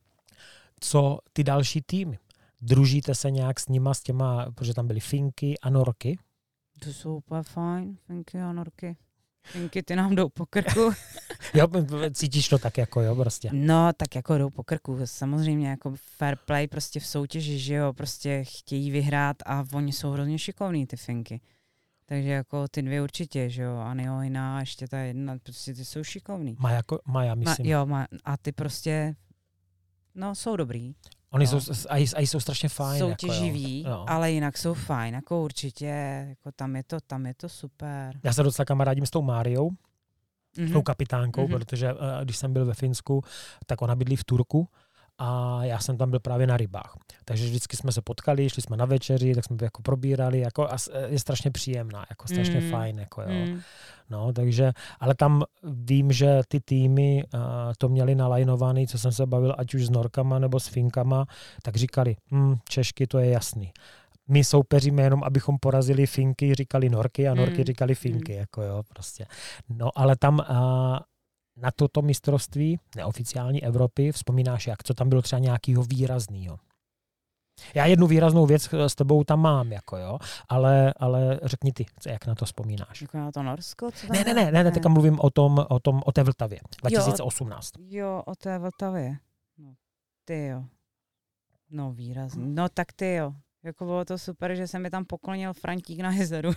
Co ty další týmy? Družíte se nějak s nima, s těma, protože tam byly Finky a Norky? To jsou úplně fajn, Finky a Norky. Finky, ty nám jdou po krku. Jo, cítíš to tak jako, jo, prostě. No, tak jako jdou po krku. Samozřejmě jako fair play prostě v soutěži, že jo, prostě chtějí vyhrát a oni jsou hrozně šikovní, ty Finky. Takže jako ty dvě určitě, že jo, Anioina a ještě ta jedna, prostě ty jsou šikovný. Maja, myslím. A ty prostě, no, jsou dobrý. Oni jsou, jsou strašně fajn. Soutěživí, jako, ale jinak jsou fajn, jako určitě, jako tam je to super. Já se docela kamarádím s tou Máriou, s tou kapitánkou, protože když jsem byl ve Finsku, tak ona bydlí v Turku a já jsem tam byl právě na rybách. Takže vždycky jsme se potkali, šli jsme na večeři, tak jsme jako probírali, jako, a je strašně příjemná, jako strašně fajn. Jako, jo. No, takže, ale tam vím, že ty týmy to měli nalajnovaný, co jsem se bavil, ať už s Norkama nebo s Finkama, tak říkali, Češky, to je jasný. My soupeříme jenom, abychom porazili Finky, říkali Norky a Norky říkali Finky, jako jo, prostě. No, ale tam na toto mistrovství neoficiální Evropy vzpomínáš jak? Co tam bylo třeba nějakého výraznýho? Já jednu výraznou věc s tebou tam mám, jako jo, ale řekni ty, jak na to vzpomínáš. Jako na to Norsko? Ne, teďka mluvím o té Vltavě, 2018. Jo, o té Vltavě. No, ty jo. No, výrazný. No, tak ty jo. Jako bylo to super, že se mi tam poklonil Frantík na jezeru.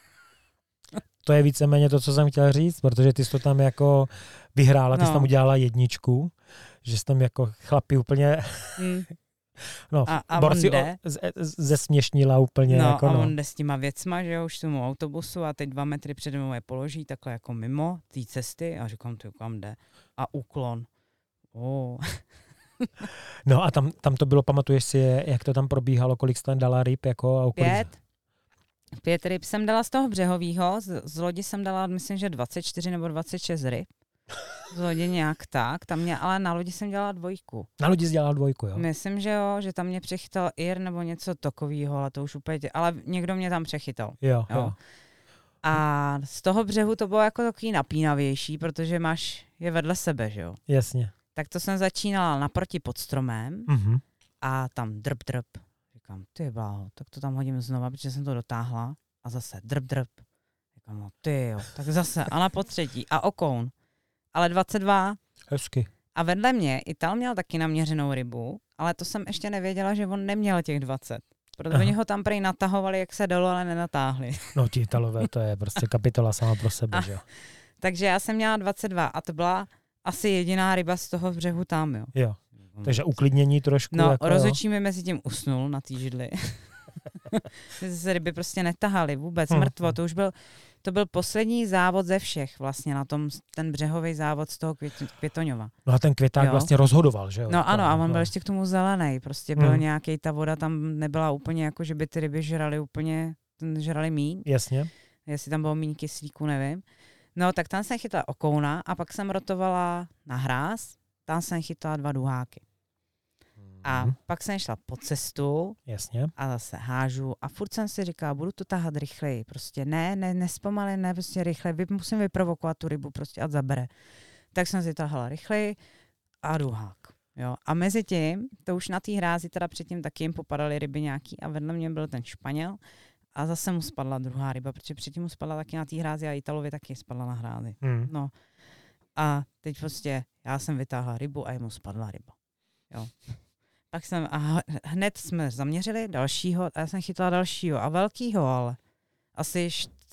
To je víceméně to, co jsem chtěl říct, protože ty jsi to tam jako vyhrála, ty jsi tam udělala jedničku, že jsi tam jako chlapi úplně... No, a borci zesměšnila úplně. No, jako, a on jde s těma věcma, že jo, už tomu autobusu a teď 2 metry přede mnou je položí takhle jako mimo té cesty a říkám, ty kam jde. A úklon. No a tam to bylo, pamatuješ si, jak to tam probíhalo, kolik jsi tam dala ryb? Jako, 5 ryb jsem dala z toho břehovýho, z lodi jsem dala, myslím, že 24 nebo 26 ryb. Z lodi nějak tak, ale na lodi jsem dělala 2. Na lodi jsi dělala 2, jo? Myslím, že jo, že tam mě přechytal Ir nebo něco takového, ale to už úplně, ale někdo mě tam přechytal. Jo. A z toho břehu to bylo jako takový napínavější, protože je vedle sebe, že jo? Jasně. Tak to jsem začínala naproti pod stromem a tam drb. Říkám, ty bláho, tak to tam hodím znova, protože jsem to dotáhla a zase drb. Říkám, no ty jo, tak zase a na potřetí a okoun. Ale 22. Hezky. A vedle mě Ital měl taky naměřenou rybu, ale to jsem ještě nevěděla, že on neměl těch 20. Protože oni ho tam prej natahovali, jak se dalo, ale nenatáhli. No ti Italové, to je prostě kapitola sama pro sebe, že jo. Takže já jsem měla 22 a to byla asi jediná ryba z toho břehu tam, jo. Takže uklidnění trošku. No, jako, rozhodčí mi mezi tím usnul na té židli. se ryby prostě netahaly vůbec, mrtvo. To byl poslední závod ze všech vlastně na tom, ten břehový závod z toho Květoňova. No a ten Květák vlastně rozhodoval, že jo? No ano, a on byl ještě k tomu zelený. Prostě byl nějaký, ta voda tam nebyla úplně jako, že by ty ryby žrali míň. Jasně. Jestli tam bylo míň kyslíku, nevím. No tak tam jsem chytla okouna a pak jsem rotovala na hráz, tam jsem chytla 2 duháky. A pak jsem šla po cestu. Jasně. A zase hážu a furt jsem si říkala, budu to tahat rychleji. Prostě nespomalej, ne, prostě rychle. Musím vyprovokovat tu rybu, prostě ať zabere. Tak jsem si tahala rychleji a duhák. Jo. A mezi tím, to už na té hrázi, teda předtím taky jim popadaly ryby nějaký a vedle mě byl ten Španěl a zase mu spadla druhá ryba, protože předtím mu spadla taky na té hrázi a Italovi taky spadla na hrázi. No. A teď prostě já jsem vytáhla rybu a jemu spadla ryba. Jo. A hned jsme zaměřili dalšího a já jsem chytla dalšího a velkýho, ale asi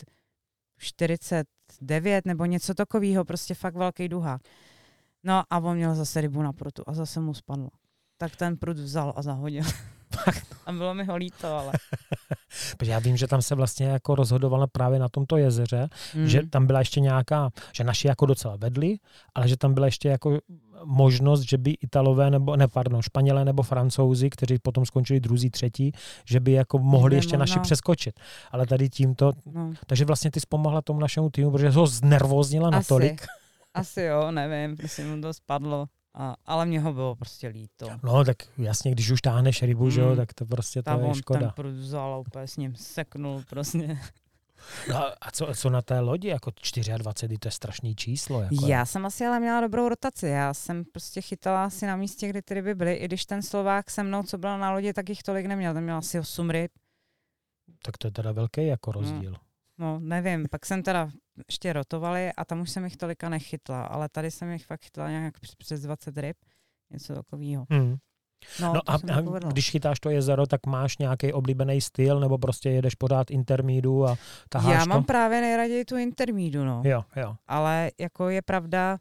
49 nebo něco takového, prostě fakt velký duhák. No a on měl zase rybu na prutu a zase mu spadlo. Tak ten prut vzal a zahodil. A bylo mi ho líto, ale... Protože já vím, že tam se vlastně jako rozhodovalo právě na tomto jezeře, že tam byla ještě nějaká, že naši jako docela vedli, ale že tam byla ještě jako možnost, že by Italové Španělé nebo Francouzi, kteří potom skončili druzí, třetí, že by jako mohli ještě naši přeskočit. Ale tady tímto, takže vlastně ty zpomohla tomu našemu týmu, protože ho znervóznila natolik. Asi jo, nevím, myslím, mu to spadlo. Ale mě ho bylo prostě líto. No, tak jasně, když už táhneš rybu, že jo, tak to prostě to je škoda. Ten prut vzal a úplně s ním seknul prostě. No a co na té lodi, jako 24, to je strašný číslo. Jako. Já jsem asi ale měla dobrou rotaci. Já jsem prostě chytala asi na místě, kde ty ryby byly, i když ten Slovák se mnou, co byl na lodi, tak jich tolik neměl. Ten měl asi 8 ryb. Tak to je teda velký jako rozdíl. No, nevím. Pak jsem teda ještě rotovali a tam už jsem jich tolika nechytla, ale tady jsem jich fakt chytla nějak přes 20 ryb. Něco takového. No a když chytáš to jezero, tak máš nějaký oblíbený styl, nebo prostě jedeš pořád intermídu a taháš Já mám právě nejraději tu intermídu, no. Jo. Ale jako je pravda,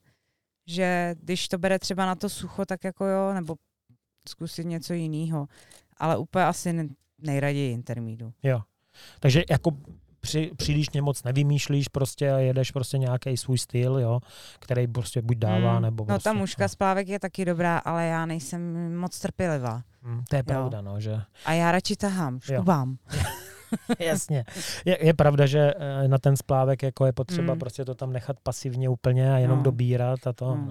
že když to bere třeba na to sucho, tak jako jo, nebo zkusit něco jiného. Ale úplně asi nejraději intermídu. Jo. Takže jako příliš moc nevymýšlíš prostě a jedeš prostě nějaký svůj styl, jo, který prostě buď dává, nebo prostě... No ta mužka z plávek je taky dobrá, ale já nejsem moc trpělivá. To je pravda, no, že... A já radši tahám, škubám. Jasně. Je pravda, že na ten splávek jako je potřeba prostě to tam nechat pasivně úplně a jenom dobírat a to,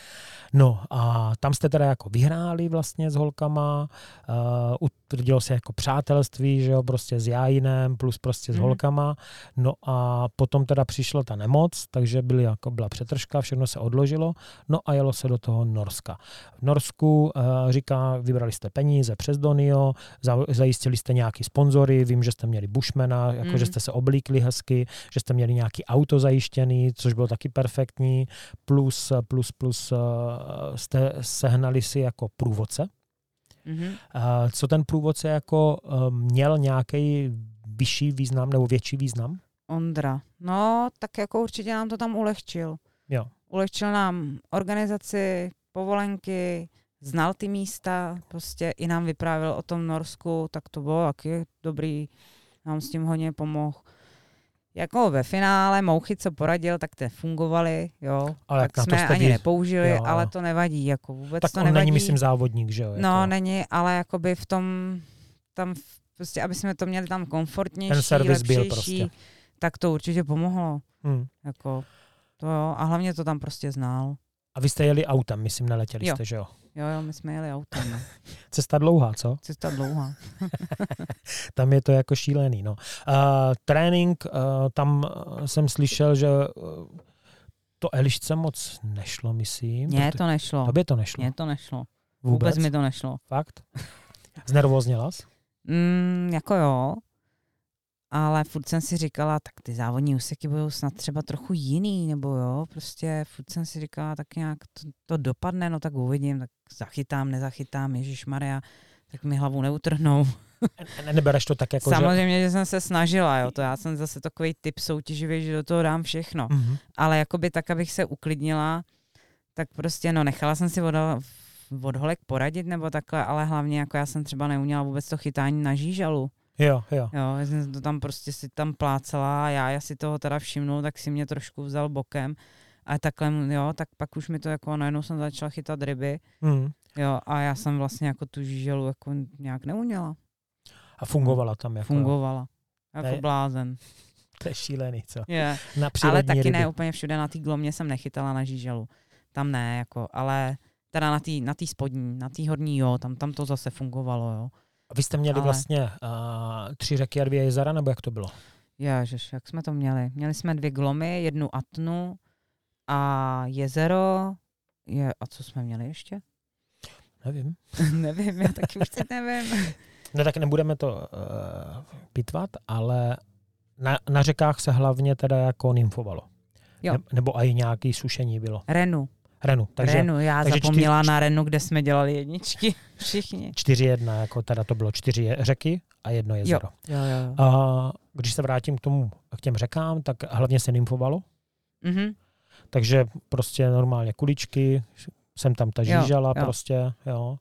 No a tam jste teda jako vyhráli vlastně s holkama, utvrdilo se jako přátelství, že jo, prostě s Jájinem plus prostě s holkama, no a potom teda přišla ta nemoc, takže byla přetržka, všechno se odložilo, no a jelo se do toho Norska. V Norsku vybrali jste peníze přes Donio, zajistili jste nějaký sponzory, vím, že jste měli bushmana, jako že jste se oblíkli hezky, že jste měli nějaký auto zajištěný, což bylo taky perfektní, plus jste sehnali si jako průvodce. Co ten průvodce jako měl nějaký vyšší význam nebo větší význam? Ondra. No, tak jako určitě nám to tam ulehčil. Jo. Ulehčil nám organizaci, povolenky, znal ty místa, prostě i nám vyprávěl o tom Norsku, tak to bylo taky dobrý, nám s tím hodně pomohl. Jako ve finále Mouchy, co poradil, tak ty fungovaly, jo. Ale tak jsme ani nepoužili, jo, ale to nevadí, jako vůbec tak to nevadí. Tak on není, myslím, závodník, že jo? Jako... No, není, ale jakoby v tom, tam prostě, aby jsme to měli tam komfortnější, ten servis byl prostě. Tak to určitě pomohlo. Jako, to jo, a hlavně to tam prostě znal. A vy jste jeli autem, myslím, neletěli jste, že jo? Jo, my jsme jeli autem. No. Cesta dlouhá, co? Cesta dlouhá. Tam je to jako šílený, no. Trénink, tam jsem slyšel, že to Elišce moc nešlo, myslím. Mně to nešlo. Tobě to nešlo? Mně to nešlo. Vůbec mi to nešlo. Fakt? Znervózněla jsi? Jako jo. Ale furt jsem si říkala, tak ty závodní úseky budou snad třeba trochu jiný, nebo jo, prostě furt jsem si říkala, tak nějak to dopadne, no tak uvidím, tak zachytám, nezachytám, ježišmarja, tak mi hlavu neutrhnou. Nebereš to tak jako, samozřejmě, že jsem se snažila, jo, to já jsem zase takový typ soutěživý, že do toho dám všechno, ale jakoby tak, abych se uklidnila, tak prostě, no nechala jsem si od holek poradit, nebo takhle, ale hlavně jako já jsem třeba neuměla vůbec to chytání na žížalu. Jo. Jo, já jsem to tam prostě si tam plácela a já si toho teda všimnul, tak si mě trošku vzal bokem. A takhle, jo, tak pak už mi to jako najednou jsem začala chytat ryby. Jo, a já jsem vlastně jako tu žíželu jako nějak neuměla. A fungovala tam jako? Fungovala. Jako blázen. To je šílený, co? Yeah. Na přírodní ale taky ryby. ne úplně všude, na té Glomě jsem nechytala na žíželu. Tam ne, jako, ale teda na té spodní, na té horní, jo, tam to zase fungovalo, jo. A vy jste měli vlastně 3 řeky a 2 jezera, nebo jak to bylo? Ježiš, jak jsme to měli? Měli jsme 2 Glomy, 1 Atnu a jezero. A co jsme měli ještě? Nevím. Nevím, já taky už teď nevím. No tak nebudeme to pitvat, ale na řekách se hlavně teda jako nymfovalo. Jo. Nebo i nějaký sušení bylo. Renu. Takže já zapomněla na Renu, kde jsme dělali jedničky. Všichni. 4-1, jako teda to bylo 4 řeky a 1 jezero. Jo. A když se vrátím k těm řekám, tak hlavně se nymfovalo. Mhm. Takže prostě normálně kuličky, jsem tam ta žížala prostě, jo.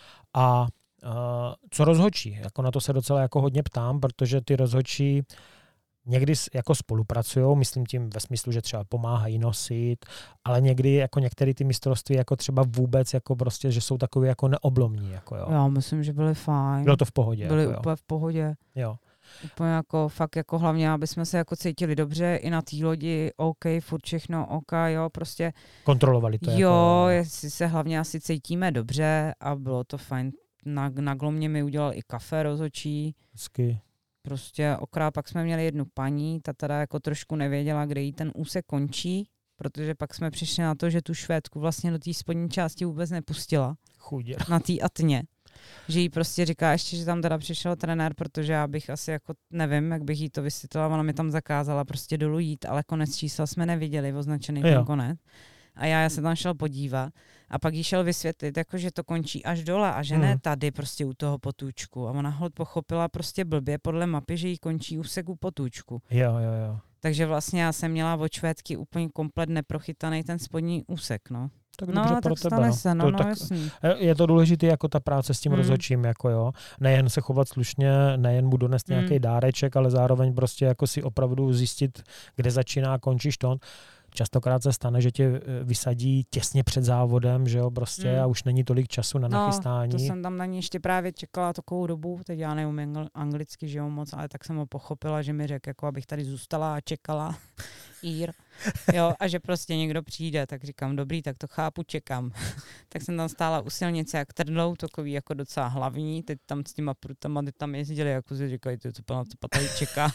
A co rozhodčí? Jako na to se docela jako hodně ptám, protože ty rozhodčí někdy jako spolupracujou, myslím tím ve smyslu, že třeba pomáhají nosit, ale někdy jako některé ty mistrovství jako třeba vůbec jako prostě, že jsou takový jako neoblomní. Jako jo. Já myslím, že byly fajn. Bylo to v pohodě. Byly jako, úplně v pohodě. Jo. Úplně jako fakt jako hlavně, aby jsme se jako cítili dobře i na té lodi, OK, furt všechno OK, jo, prostě. Kontrolovali to. Jo, jako, jestli se hlavně asi cítíme dobře a bylo to fajn. Na Glomě mi udělal i kafe rozhodčí. Hezky. Prostě pak jsme měli jednu paní, ta teda jako trošku nevěděla, kde jí ten úsek končí, protože pak jsme přišli na to, že tu Švédku vlastně do té spodní části vůbec nepustila. Chudě. Na té Atně. Že jí prostě říká ještě, že tam teda přišel trenér, protože já bych asi jako nevím, jak bych jí to vysvětlila, ona mi tam zakázala prostě dolů jít, ale konec čísla jsme neviděli, označený ten konec. A já se tam šel podívat a pak jí šel vysvětlit, jako, že to končí až dole a že ne tady prostě u toho potůčku. A ona hod pochopila prostě blbě podle mapy, že jí končí úsek u potůčku. Jo. Takže vlastně já jsem měla od Švédky úplně komplet neprochytaný ten spodní úsek, no. Tak dobře pro tebe. Se, jasný. Je to důležité jako ta práce s tím rozhodčím, jako jo. Nejen se chovat slušně, nejen mu donést nějaký dáreček, ale zároveň prostě jako si opravdu zjistit, kde začíná a končíš to. Častokrát se stane, že tě vysadí těsně před závodem, že jo, prostě a už není tolik času na nachystání. To jsem tam na ní ještě právě čekala takovou dobu, teď já neumím anglicky, že jo, moc, ale tak jsem ho pochopila, že mi řekl, jako abych tady zůstala a čekala jo, a že prostě někdo přijde, tak říkám, dobrý, tak to chápu, čekám. Tak jsem tam stála u silnice jak trdlou, takový jako docela hlavní, teď tam s těma prutama, ty tam jezdili, jako si říkají, co tady čeká.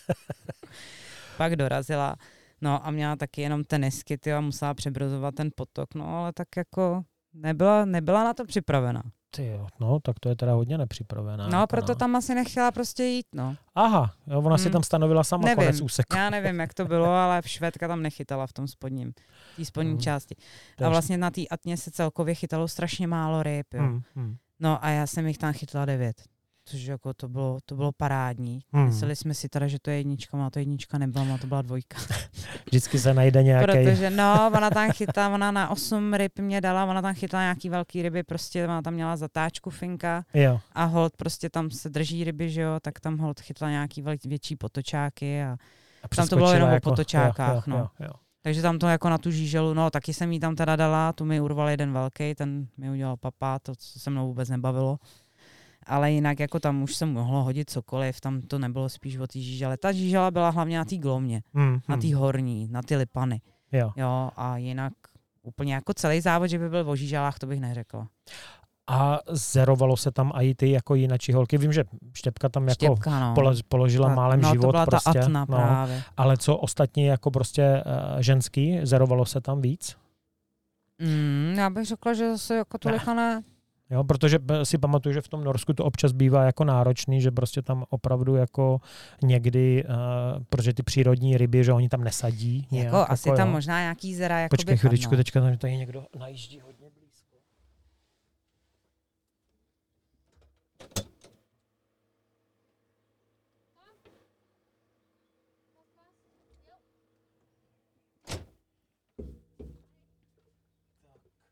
Pak dorazila. No a měla taky jenom tenisky, a musela přebrozovat ten potok, no ale tak jako nebyla na to připravená. Jo, no tak to je teda hodně nepřipravená. No, proto tam asi nechtěla prostě jít, no. Aha, jo, ona si tam stanovila sama konec úseku. Já nevím, jak to bylo, ale Švédka tam nechytala v tom té spodní části. A vlastně na té Atně se celkově chytalo strašně málo ryb, jo. No a já jsem jich tam chytla 9. Což jako to bylo parádní. Mysleli jsme si teda, že to je jednička, ale to jednička nebyla, ale to byla 2. Vždycky se najde nějaký. Protože ona tam chytla, ona na 8 ryb mě dala, ona tam chytla nějaký velký ryby, prostě ona tam měla zatáčku finka a hold prostě tam se drží ryby, že jo, tak tam hold chytla nějaký větší potočáky a tam to bylo jenom o potočákách, no. Jo. Takže tam to jako na tu žíželu, no taky jsem jí tam teda dala, tu mi urval jeden velký, ten mi udělal papá, to se mnou vůbec nebavilo. Ale jinak jako tam už se mohlo hodit cokoliv, tam to nebylo spíš o té žížele. Ta žížela byla hlavně na té Glomě, na té horní, na ty Lipany. Jo, a jinak úplně jako celý závod, že by byl o žíželách, to bych neřekla. A zerovalo se tam i ty jako jinačí holky. Vím, že Štěpka tam jako položila málem život. To byla prostě, ta Atna právě. Ale co ostatní jako prostě ženský, zerovalo se tam víc? Já bych řekla, že zase jako tolika ne. Jo, protože si pamatuju, že v tom Norsku to občas bývá jako náročný, že prostě tam opravdu jako někdy, protože ty přírodní ryby, že oni tam nesadí. Jako asi tam možná nějaký zera jako Počkej chvíličku, teďka tam tady někdo najíždí hodně blízko.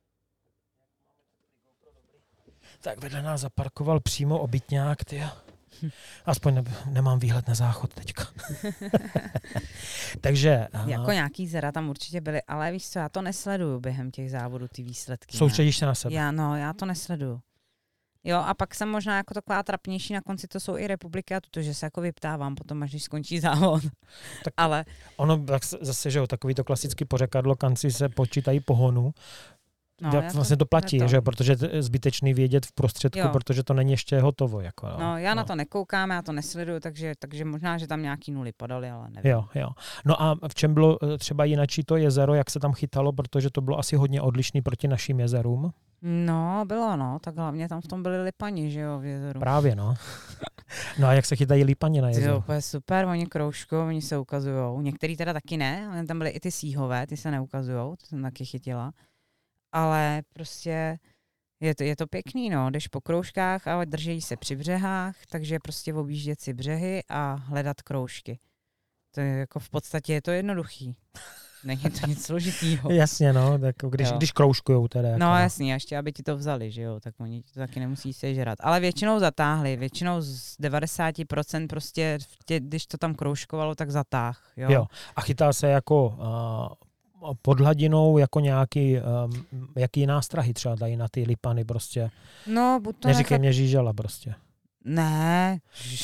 Tak vedle nás zaparkoval přímo obytňák, Aspoň nemám výhled na záchod teďka. Takže... Jako nějaký zera tam určitě byly, ale víš co, já to nesleduju během těch závodů, ty výsledky. Soustředíš se na sebe. Já to nesleduju. Jo, a pak jsem možná jako taková trapnější, na konci to jsou i republiky a to, že se jako vyptávám potom, až když skončí závod. Tak ale... Ono zase, že jo, takový to klasický pořekadlo, kanci se počítají pohonu. No, jak vlastně to platí, že? Protože je zbytečný vědět v prostředku, protože to není ještě hotovo. Jako, no, já na to nekoukám, já to nesleduju, takže možná, že tam nějaký nuly padaly, ale nevím. Jo. No a v čem bylo třeba jinačí to jezero, jak se tam chytalo, protože to bylo asi hodně odlišný proti našim jezerům? No, bylo, tak hlavně tam v tom byli lipani, že jo, v jezeru. Právě, no. No a jak se chytají lipani na jezeru? Jo, to je super, oni kroužkou, oni se ukazujou. Některý teda taky ne, ale tam byly i ty síhové, ty se neukazujou, to jsem taky chytila. Ale prostě je to pěkný, no. Jdeš po kroužkách a drží se při břehách, takže prostě objíždět si břehy a hledat kroužky. To je jako v podstatě je to jednoduchý. Není to nic složitýho. Jasně, no, tak když kroužkujou teda. Jako, no jasně, ještě aby ti to vzali, že jo, tak oni to taky nemusí sežrat. Ale většinou zatáhli, většinou z 90% prostě, když to tam kroužkovalo, tak zatáh. Jo. A chytal se jako... pod hladinou jako nějaký, jaký nástrahy třeba dají na ty lipany prostě. No, buď to neříkej mě žížela prostě. Ne.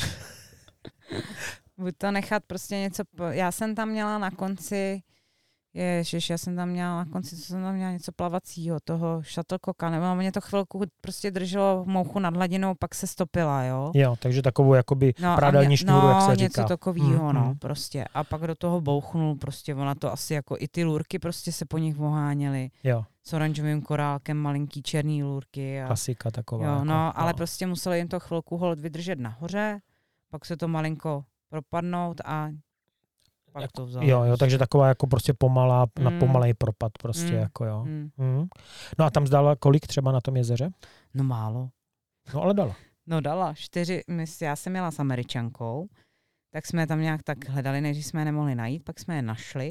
Buď to nechat prostě něco, já jsem tam měla na konci, co jsem tam měla něco plavacího, toho shuttlecocka, nebo mě to chvilku prostě drželo mouchu nad hladinou, pak se stopila, jo. Jo, takže takovou jakoby prádelní šňůru, jak se říká. něco takovýho, prostě. A pak do toho bouchnul, prostě ona to asi jako i ty lůrky prostě se po nich oháněly. Jo. S oranžovým korálkem, malinký černý lůrky. Klasika taková. Jo, ale prostě museli jim to chvilku hold vydržet nahoře, pak se to malinko propadnout a pak to vzal. Jo, takže taková jako prostě na pomalej propad prostě jako jo. No a tam zdala kolik třeba na tom jezeře? No málo. No ale dala. No dala, 4, já jsem jela s Američankou, tak jsme tam nějak tak hledali, než jsme je nemohli najít, pak jsme je našli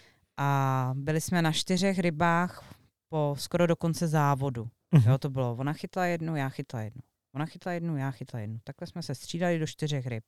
a byli jsme na 4 rybách skoro do konce závodu. Jo, to bylo, ona chytla jednu, já chytla jednu. Ona chytla jednu, já chytla jednu. Takhle jsme se střídali do 4 ryb.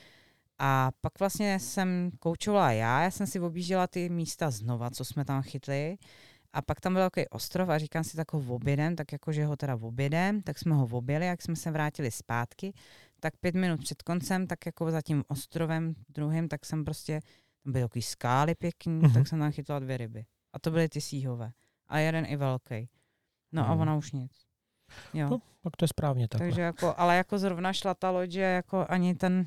A pak vlastně jsem koučovala já jsem si objížděla ty místa znova, co jsme tam chytli. A pak tam byl takový ostrov a říkám si tak ho objedem, tak jakože ho teda objedem, tak jsme ho objeli, jak jsme se vrátili zpátky, tak 5 minut před koncem, tak jako za tím ostrovem druhým, tak jsem prostě, tam byly takový skály pěkný, tak jsem tam chytla 2 ryby. A to byly ty síhové. A jeden i velký. No a ona už nic. Jo. No, tak to je správně takhle. Takže jako, ale jako zrovna šla ta loď, že jako ani ten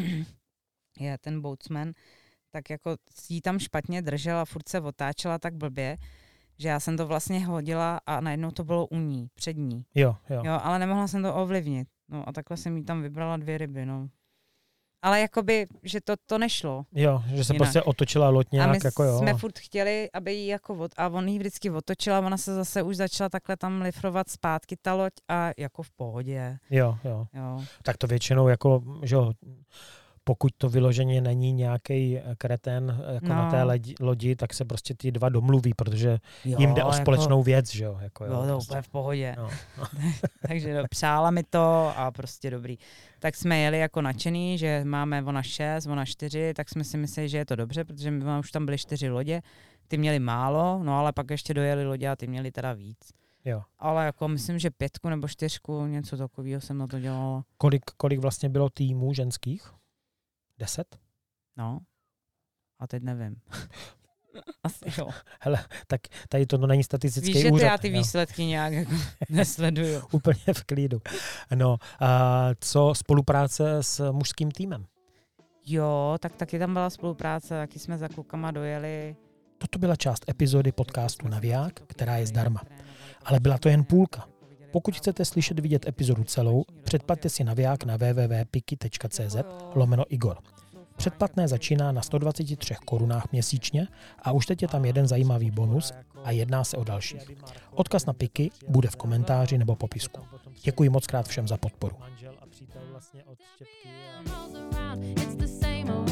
boatsman, tak jako jí tam špatně držel a furt se otáčela tak blbě, že já jsem to vlastně hodila a najednou to bylo u ní, před ní. Jo, ale nemohla jsem to ovlivnit. No a takhle jsem jí tam vybrala 2 ryby, no. Ale jakoby, že to nešlo. Jo, že se jinak. Prostě otočila loď nějak, a my jako jo. jsme furt chtěli, aby jí jako a on jí vždycky otočila, ona se zase už začala takhle tam lifrovat zpátky ta loď a jako v pohodě. Jo. Tak to většinou jako, že jo, pokud to vyloženě není nějaký kretén jako na té lodi, tak se prostě ty 2 domluví, protože jim jde o společnou věc, že jo. Jako, jo, to úplně v pohodě. No. Takže přála mi to a prostě dobrý. Tak jsme jeli jako nadšený, že máme ona 6, ona 4, tak jsme si mysleli, že je to dobře, protože my už tam byly 4 lodě, ty měli málo, no ale pak ještě dojeli lodě a ty měli teda víc. Jo. Ale jako myslím, že 5 nebo 4, něco takového jsem na to dělala. Kolik vlastně bylo týmů ženských? 10? No. A teď nevím. Asi jo. Hele, tak tady to není statistický úřad. Víš, že já ty výsledky nějak jako nesleduju. Úplně v klidu. No, a co spolupráce s mužským týmem? Jo, tak taky tam byla spolupráce, taky jsme za klukama dojeli. Toto byla část epizody podcastu Naviják, která je zdarma. Ale byla to jen půlka. Pokud chcete slyšet vidět epizodu celou, předplaťte si Naviják na www.piki.cz/Igor. Předplatné začíná na 123 korunách měsíčně a už teď je tam jeden zajímavý bonus a jedná se o dalších. Odkaz na Piki bude v komentáři nebo popisku. Děkuji moc krát všem za podporu.